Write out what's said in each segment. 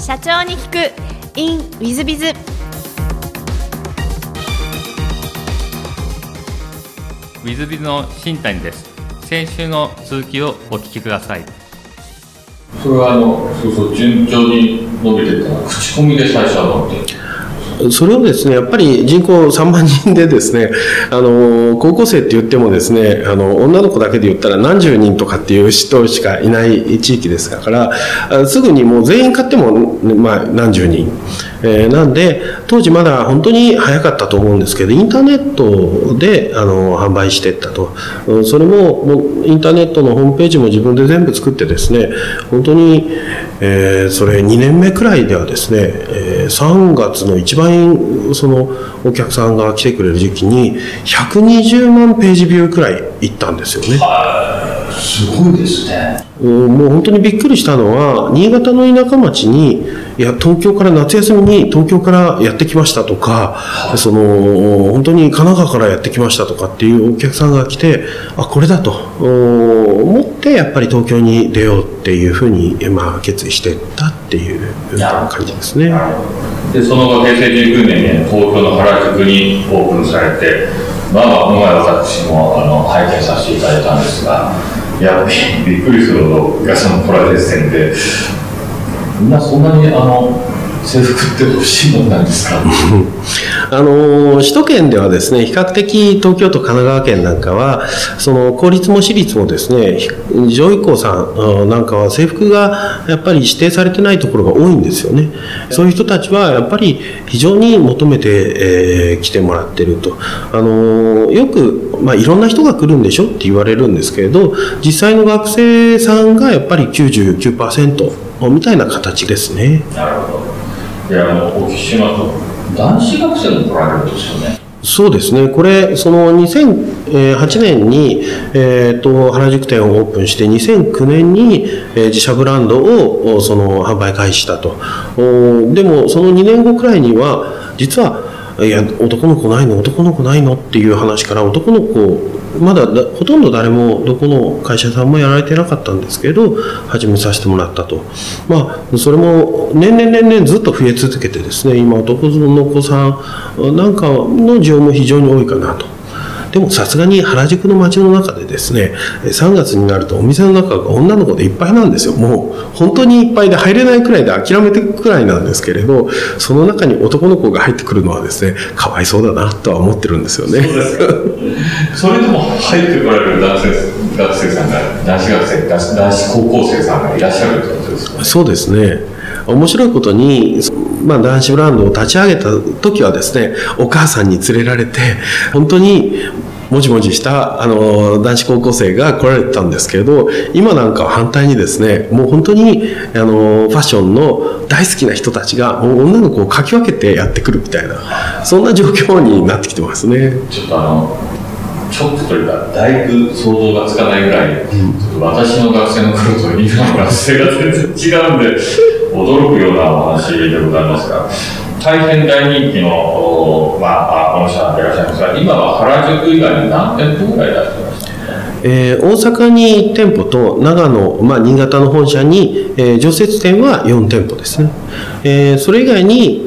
社長に聞く in ウィズビズ。 ウィズビズの新谷です。先週の続きをお聞きください。 それは順調に伸びていったのは口コミで最初は伸びている。 それをですね、やっぱり人口3万人でですね、高校生って言ってもですね、女の子だけで言ったら何十人とかっていう人しかいない地域ですから、すぐにもう全員買っても、何十人。なんで、当時まだ本当に早かったと思うんですけど、インターネットで販売していったと。それもインターネットのホームページも自分で全部作ってですね、本当に、それ2年目くらいではですね、3月の一番そのお客さんが来てくれる時期に120万ページビューくらい行ったんですよね。 すごいですね。 もう本当にびっくりしたのは、新潟の田舎町に東京から夏休みに東京からやってきましたとか、本当に神奈川からやってきましたとかっていうお客さんが来て、これだと思ってやっぱり東京に出ようっていうふうに決意していったっていう感じですね。 でその後平成19年に東京の原宿にオープンされて、この前私も拝見させていただいたんですが、やっぱりびっくりするほどお客さんの来られる線で、みんなそんなに制服って欲しいものなんですか？ 首都圏ではですね、比較的東京都神奈川県なんかは公立も私立もですね、上位校さんなんかは制服がやっぱり指定されてないところが多いんですよね。そういう人たちはやっぱり非常に求めて、来てもらってると。よく、いろんな人が来るんでしょって言われるんですけれど、実際の学生さんがやっぱり 99% みたいな形ですね。 なるほど。お聞きしますと、男子学生も来られるんですよね。 そうですね。これ2008年に、原宿店をオープンして2009年に、自社ブランドを販売開始したと。でもその2年後くらいには実は男の子ないのっていう話から、男の子まだほとんど誰もどこの会社さんもやられてなかったんですけど、始めさせてもらったと。それも年々ずっと増え続けてですね、今男の子さんなんかの需要も非常に多いかなと。でもさすがに原宿の街の中でですね、3月になるとお店の中が女の子でいっぱいなんですよ。もう本当にいっぱいで入れないくらいで諦めていくくらいなんですけれど、その中に男の子が入ってくるのはですね、かわいそうだなとは思ってるんですよね。 そうですか。それでも入ってこられる男子高校生さんがいらっしゃるということですか？ そうですね。面白いことに、男子ブランドを立ち上げた時はですね、お母さんに連れられて本当にもじもじした男子高校生が来られてたんですけれど、今なんかは反対にですね、もう本当にファッションの大好きな人たちがもう女の子をかき分けてやってくるみたいな、そんな状況になってきてますね。 ちょっとというかだいぶ想像がつかないぐらい、私の学生の頃と今の学生が全然違うんで驚くようなお話でございますが、大変大人気の御社でいらっしゃいますが、今は原宿以外に何店舗ぐらい出していますか？ 大阪に1店舗と長野、新潟の本社に、常設店は4店舗ですね。それ以外に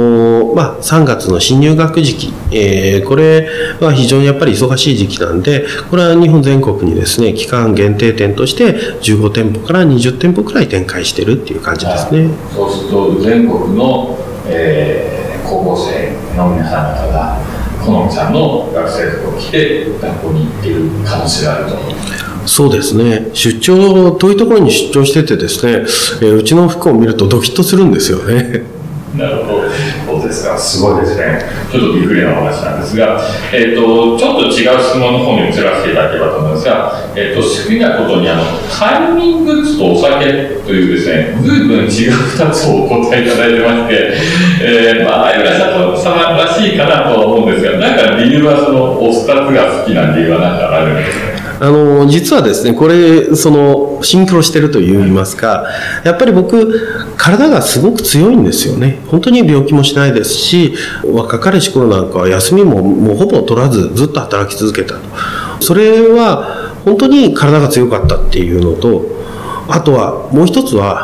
3月の新入学時期、これは非常にやっぱり忙しい時期なんで、これは日本全国にですね、期間限定店として15店舗から20店舗くらい展開してるっていう感じですね。 そうすると全国の、高校生の皆さん方がこのさんの学生服を着て学校に行っている可能性があると。 そうですね。遠いところに出張しててですね、うちの服を見るとドキッとするんですよね。 なるほど。そうですか。すごいですね。ちょっとびっくりなお話なんですが、ちょっと違う質問の方に移らせていただければと思いますが、好きなことに快眠グッズとお酒というですね、随分違う2つをお答えいただいてまして、相村様らしいかなとは思うんですが、なんか理由はお2つが好きな理由は何かあるんですか？ 実はですね、これシンクロしてるといいますか、やっぱり僕体がすごく強いんですよね。本当に病気もしないですし、若かりし頃なんかは休みももうほぼ取らずずっと働き続けたと。それは本当に体が強かったっていうのと、あとはもう一つは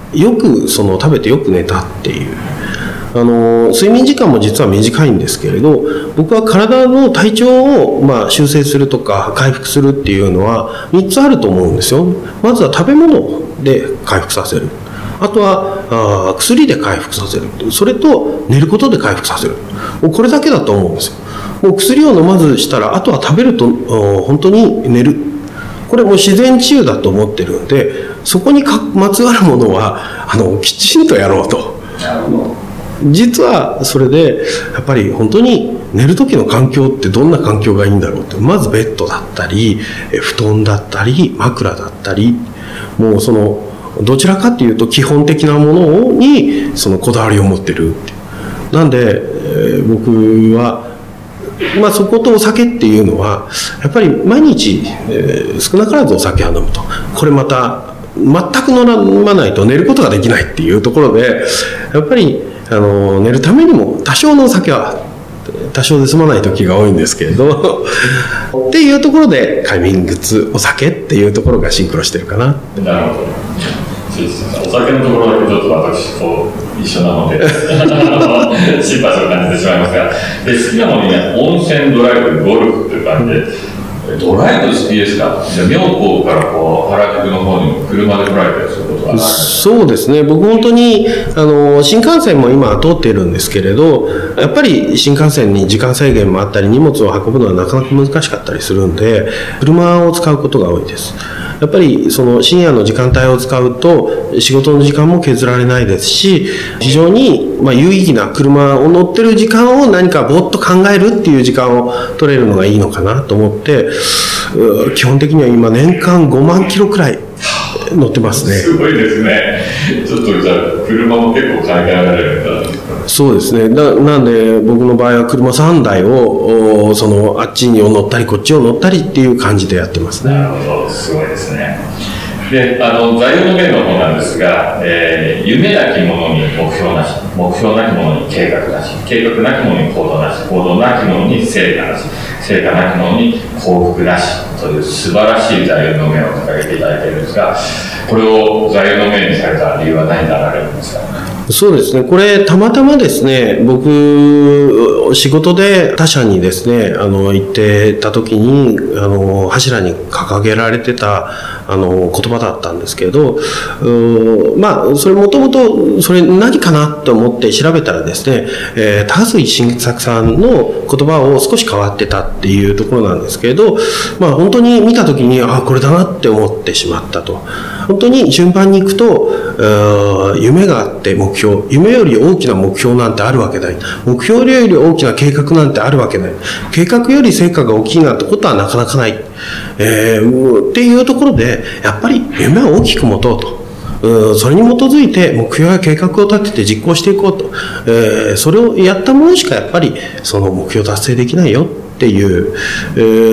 よく食べてよく寝たっていう。睡眠時間も実は短いんですけれど、僕は体の体調を、修正するとか回復するっていうのは3つあると思うんですよ。まずは食べ物で回復させる。あとは薬で回復させる。それと寝ることで回復させる。もうこれだけだと思うんですよ。もう薬を飲まずしたら、あとは食べると本当に寝る。これもう自然治癒だと思ってるんで、そこにまつわるものはきちんとやろうと。 なるほど。 実はそれでやっぱり本当に寝る時の環境ってどんな環境がいいんだろうって、まずベッドだったり布団だったり枕だったり、もうどちらかっていうと基本的なものにこだわりを持ってる。なんで、僕はそことお酒っていうのはやっぱり毎日、少なからずお酒を飲むと、これまた全く飲まないと寝ることができないっていうところで、やっぱり寝るためにも多少のお酒は多少で済まない時が多いんですけれどっていうところで快眠グッズお酒っていうところがシンクロしてるかな。 なるほど。お酒のところだけちょっと私と一緒なので心配を感じてしまいますが、で好きなものには温泉、ドライブ、ゴルフという感じで、ドライブ好きですか？じゃあ妙高から原宿の方に車で来られたりすることはないですか？ そうですね、僕本当に新幹線も今通っているんですけれど、やっぱり新幹線に時間制限もあったり荷物を運ぶのはなかなか難しかったりするんで、車を使うことが多いです。やっぱり深夜の時間帯を使うと仕事の時間も削られないですし、非常に有意義な車を乗ってる時間を何かぼーっと考えるっていう時間を取れるのがいいのかなと思って、基本的には今年間5万キロくらい乗ってますね。 すごいですね。ちょっとじゃあ車も結構買い替えられるんだ。 そうですね。なんで僕の場合は車3台をあっちに乗ったりこっちを乗ったりっていう感じでやってますね。 なるほど、すごいですね。で、座右の銘の方なんですが、夢なき者に目標なし、目標なき者に計画なし、計画なき者に行動なし、行動なき者に成果なし、成果なき者に幸福なしという素晴らしい座右の銘を掲げていただいているんですが、これを座右の銘にされた理由は何になられるんですか？ そうですね、これたまたまですね、僕仕事で他社にですね行ってた時に柱に掲げられてた言葉だったんですけど、それもともとそれ何かなと思って調べたらですね、高杉晋作さんの言葉を少し変わってたっていうところなんですけれど、本当に見た時にこれだなって思ってしまったと。本当に順番に行くと夢があって目標、夢より大きな目標なんてあるわけない、目標より大きな計画なんてあるわけない、計画より成果が大きいなんてことはなかなかない、っていうところでやっぱり夢を大きく持とうと、それに基づいて目標や計画を立てて実行していこうと、それをやったものしかやっぱりその目標達成できないよっていう、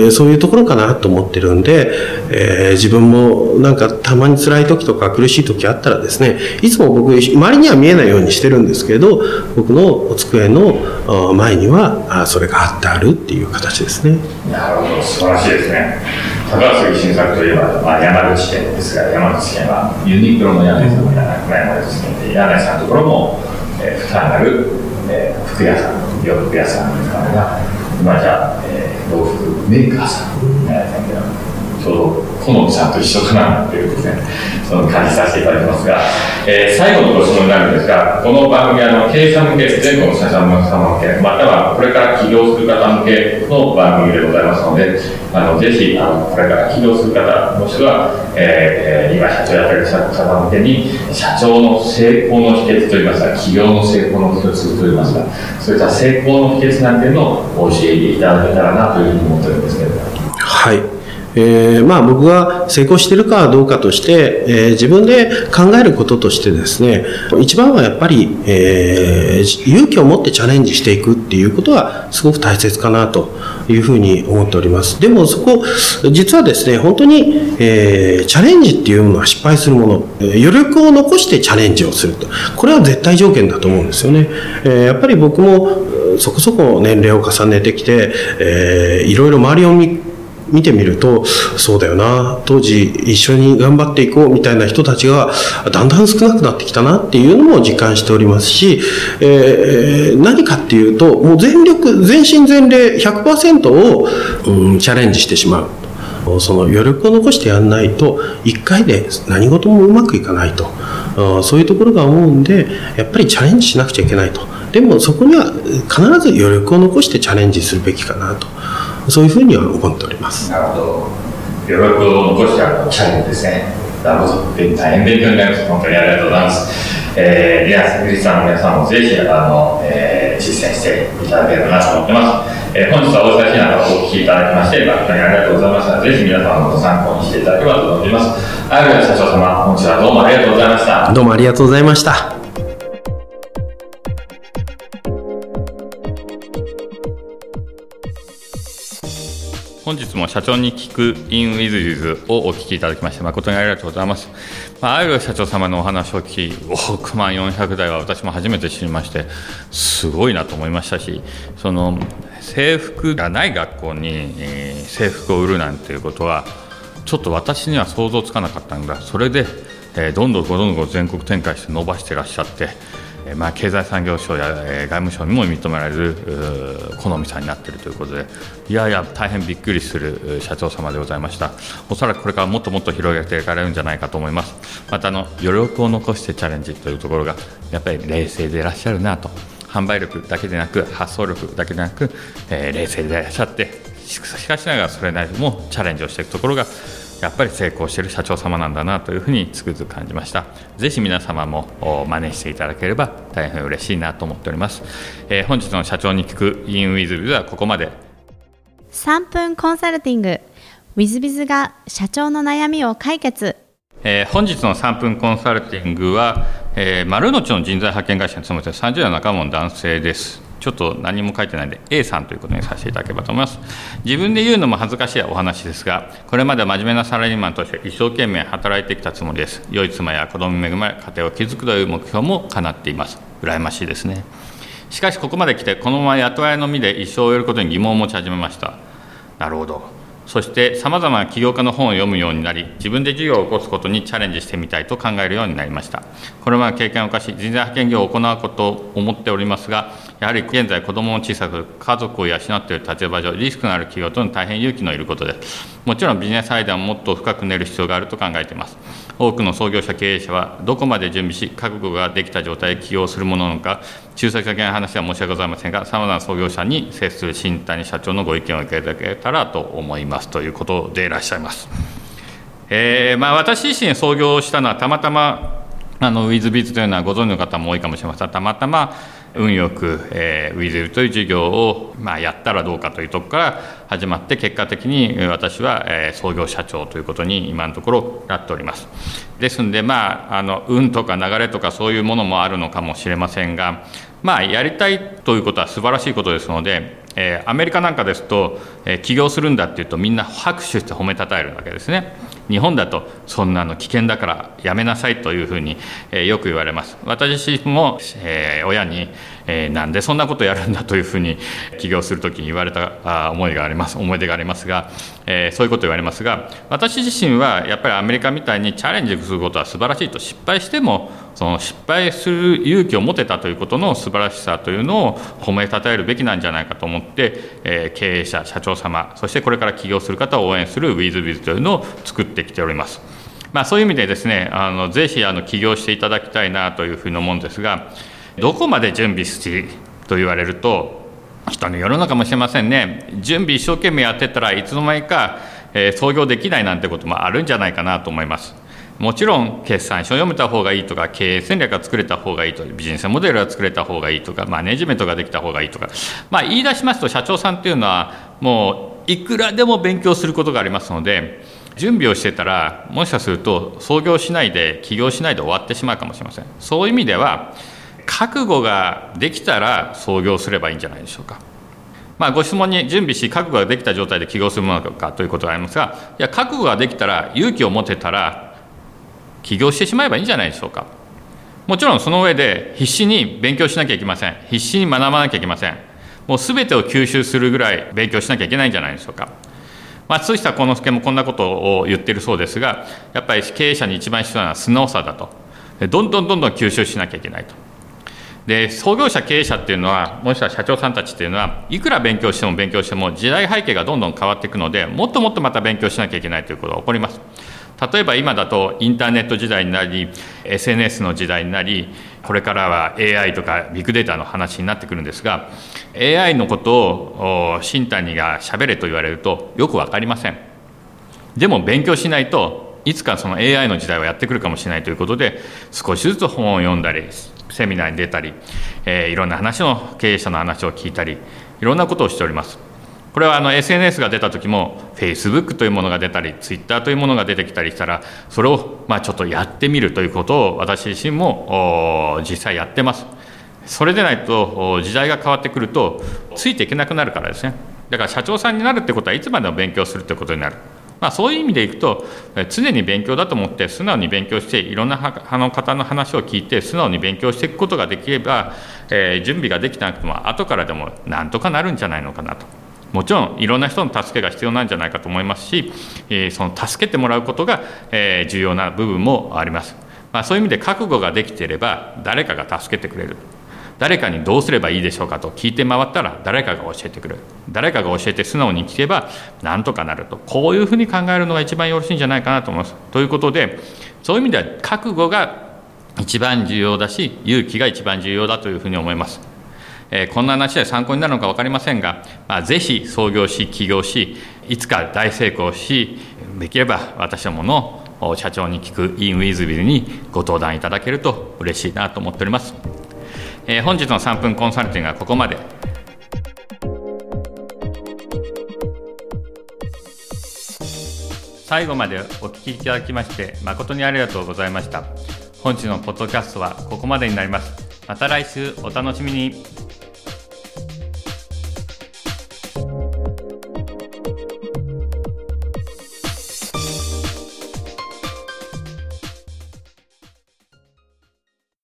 そういうところかなと思ってるんで、自分もなんかたまに辛い時とか苦しい時あったらですね、いつも僕周りには見えないようにしてるんですけど、僕のお机の前にはそれが貼ってあるっていう形ですね。 なるほど、素晴らしいですね。高杉晋作といえば、山口県ですが、山口県はユニクロの柳井さんも山口県で、柳井さんのところも、負担ある、服屋さん、洋服屋さんですから今じゃ洋服メーカーさん、ちょうど好みさんと一緒かなということで、その感じさせていただきますが、最後のご質問になるんですが、この番組は経営者向け、全国の社長様向け、またはこれから起業する方向けの番組でございますので、ぜひこれから起業する方、もしくは、今社長やっている方向けに社長の成功の秘訣といいますか、起業の成功の秘訣といいますか、そういった成功の秘訣なんていうのをお教えていただけたらなというふうに思ってるんですけれども。 はい。僕が成功しているかどうかとして、自分で考えることとしてですね、一番はやっぱり、勇気を持ってチャレンジしていくっていうことはすごく大切かなというふうに思っております。でもそこ実はですね、本当に、チャレンジっていうものは失敗するもの、余力を残してチャレンジをすると、これは絶対条件だと思うんですよね。やっぱり僕もそこそこ年齢を重ねてきて、いろいろ周りを見見てみると、そうだよな、当時一緒に頑張っていこうみたいな人たちがだんだん少なくなってきたなっていうのも実感しておりますし、何かっていうと、もう全身全霊 100% を、チャレンジしてしまう。その余力を残してやんないと1回で何事もうまくいかないと、そういうところが思うんで、やっぱりチャレンジしなくちゃいけないと。でもそこには必ず余力を残してチャレンジするべきかなと、そういうふうには思っております。 なるほど。余力を残してチャレンジですね。なるほど。大変勉強になります。本当にありがとうございます。リスナーの皆さんもぜひ実践していただければなと思ってます。本日はお忙しい中お聞きいただきまして誠にありがとうございました。ぜひ皆様のご参考にしていただければと思っています。アイル社長様、本日はどうもありがとうございました。 どうもありがとうございました。 本日も社長に聞く in with with をお聞きいただきまして誠にありがとうございます。アイル社長様のお話を聞き、6万400台は私も初めて知りまして、すごいなと思いましたし、その制服がない学校に、制服を売るなんていうことはちょっと私には想像つかなかったんだ。それで、どんどん全国展開して伸ばしていらっしゃって、経済産業省や、外務省にも認められる好みさんになっているということで、いやいや大変びっくりする社長様でございました。おそらくこれからもっともっと広げていかれるんじゃないかと思います。また余力を残してチャレンジというところがやっぱり冷静でいらっしゃるなと。販売力だけでなく発想力だけでなく、冷静でいらっしゃって、しかしながらそれなりにもチャレンジをしていくところがやっぱり成功している社長様なんだなというふうにつくづく感じました。ぜひ皆様も真似していただければ大変嬉しいなと思っております。本日の社長に聞く in with with はここまで。 3分コンサルティング WithBiz が社長の悩みを解決。 本日の3分コンサルティングは、丸の内の人材派遣会社に勤めている30代の仲間の男性です。ちょっと何も書いてないので A さんということにさせていただければと思います。自分で言うのも恥ずかしいお話ですが、これまで真面目なサラリーマンとして一生懸命働いてきたつもりです。良い妻や子供に恵まれ家庭を築くという目標も叶っています。羨ましいですね。しかしここまで来てこのまま雇われの身で一生を終えることに疑問を持ち始めました。なるほど。そしてさまざまな起業家の本を読むようになり、自分で事業を起こすことにチャレンジしてみたいと考えるようになりました。これまで経験を生かし人材派遣業を行うことを思っておりますが、やはり現在子どもも小さく家族を養っている立場上、リスクのある企業との大変勇気のいることです。もちろんビジネスアイデアももっと深く練る必要があると考えています。多くの創業者経営者はどこまで準備し覚悟ができた状態で起業するものなのか、中先的な話は申し訳ございませんが、さまざまな創業者に接する新谷社長のご意見をいただけたらと思いますということでいらっしゃいます。私自身創業したのはたまたまWithBiz というのはご存知の方も多いかもしれません。たまたま運よく、WithBiz という事業を、やったらどうかというところから始まって、結果的に私は、創業社長ということに今のところなっております。ですので、運とか流れとかそういうものもあるのかもしれませんが、やりたいということは素晴らしいことですので、アメリカなんかですと、起業するんだっていうとみんな拍手して褒めたたえるわけですね。日本だとそんなの危険だからやめなさいというふうに、よく言われます。私自身も、親に、なんでそんなことやるんだというふうに起業するときに言われた思い出がありますが、そういうことを言われますが、私自身はやっぱりアメリカみたいにチャレンジすることは素晴らしいと、失敗してもその失敗する勇気を持てたということの素晴らしさというのを褒めたたえるべきなんじゃないかと思って、経営者社長様、そしてこれから起業する方を応援する WithBiz というのを作ってきております。そういう意味でですね、ぜひ起業していただきたいなというふうに思うんですが、どこまで準備しと言われると人によるのかもしれませんね。準備一生懸命やってたらいつの間にか、創業できないなんてこともあるんじゃないかなと思います。もちろん決算書を読めた方がいいとか、経営戦略が作れた方がいいとか、ビジネスモデルが作れた方がいいとか、マネジメントができた方がいいとか、言い出しますと社長さんっていうのはもういくらでも勉強することがありますので、準備をしてたらもしかすると創業しないで起業しないで終わってしまうかもしれません。そういう意味では覚悟ができたら創業すればいいんじゃないでしょうか。ご質問に準備し覚悟ができた状態で起業するものかということがありますが、いや覚悟ができたら勇気を持てたら起業してしまえばいいんじゃないでしょうか。もちろんその上で必死に勉強しなきゃいけません。必死に学ばなきゃいけません。もう全てを吸収するぐらい勉強しなきゃいけないんじゃないでしょうか。 津下幸之助もこんなことを言っているそうですが、やっぱり経営者に一番必要なのは素直さだと。どんどん吸収しなきゃいけないと。で、創業者経営者っていうのは、もしくは社長さんたちっていうのは、いくら勉強しても時代背景がどんどん変わっていくので、もっともっとまた勉強しなきゃいけないということが起こります。例えば今だとインターネット時代になり、 SNS の時代になり、これからは AI とかビッグデータの話になってくるんですが、 AI のことを新谷がしゃべれと言われるとよく分かりません。でも勉強しないといつかその AI の時代はやってくるかもしれないということで、少しずつ本を読んだりセミナーに出たり、いろんな経営者の話を聞いたり、いろんなことをしております。これはSNS が出た時も Facebook というものが出たり Twitter というものが出てきたりしたら、それをちょっとやってみるということを私自身も実際やってます。それでないと時代が変わってくるとついていけなくなるからですね。だから社長さんになるってことはいつまでも勉強するということになる。そういう意味でいくと、常に勉強だと思って素直に勉強して、いろんな方の話を聞いて素直に勉強していくことができれば、準備ができなくても後からでもなんとかなるんじゃないのかなと。もちろんいろんな人の助けが必要なんじゃないかと思いますし、その助けてもらうことが重要な部分もあります。そういう意味で覚悟ができていれば誰かが助けてくれる。誰かにどうすればいいでしょうかと聞いて回ったら誰かが教えてくれる。誰かが教えて素直に聞けばなんとかなると。こういうふうに考えるのが一番よろしいんじゃないかなと思います。ということで、そういう意味では覚悟が一番重要だし、勇気が一番重要だというふうに思います。こんな話で参考になるのか分かりませんが、ぜひ創業し起業し、いつか大成功し、できれば私どもの社長に聞く in WithBiz にご登壇いただけると嬉しいなと思っております。本日の3分コンサルティングはここまで。最後までお聞きいただきまして誠にありがとうございました。本日のポッドキャストはここまでになります。また来週お楽しみに。